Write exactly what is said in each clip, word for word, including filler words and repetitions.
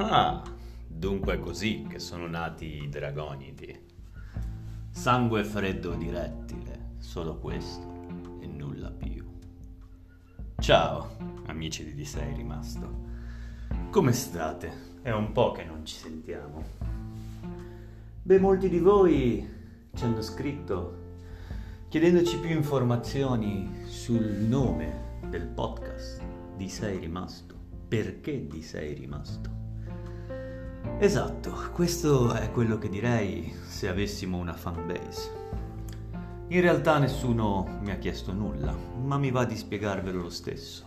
Ah, dunque è così che sono nati i dragonidi. Sangue freddo di rettile, solo questo e nulla più. Ciao, amici di Di Sei Rimasto. Come state? È un po' che non ci sentiamo. Beh, molti di voi ci hanno scritto chiedendoci più informazioni sul nome del podcast Di Sei Rimasto. Perché Di Sei Rimasto? Esatto, questo è quello che direi se avessimo una fanbase. In realtà nessuno mi ha chiesto nulla, ma mi va di spiegarvelo lo stesso.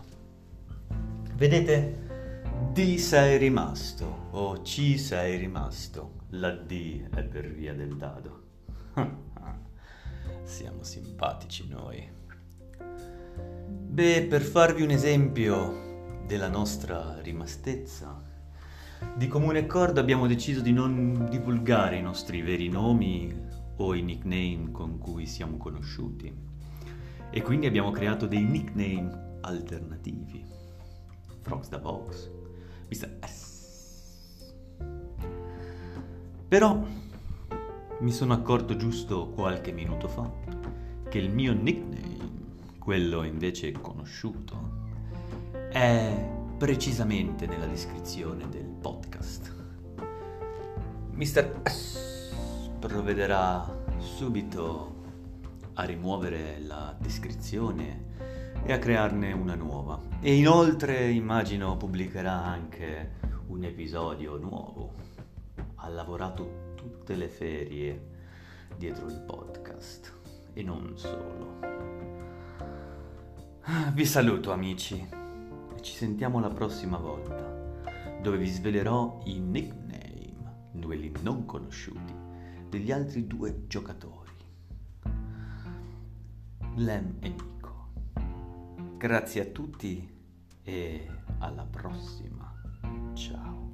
Vedete, Di sei rimasto o ci sei rimasto. La D è per via del dado. Siamo simpatici noi. Beh, per farvi un esempio della nostra rimastezza, di comune accordo abbiamo deciso di non divulgare i nostri veri nomi o i nickname con cui siamo conosciuti. E quindi abbiamo creato dei nickname alternativi. Frogs da Box, mister S. Però mi sono accorto giusto qualche minuto fa che il mio nickname, quello invece conosciuto, è precisamente nella descrizione del podcast. mister S provvederà subito a rimuovere la descrizione e a crearne una nuova. E inoltre immagino pubblicherà anche un episodio nuovo. Ha lavorato tutte le ferie dietro il podcast e non solo. Vi saluto amici e ci sentiamo la prossima volta, dove vi svelerò i nickname, quelli non conosciuti, degli altri due giocatori, Lem e Nico. Grazie a tutti e alla prossima. Ciao.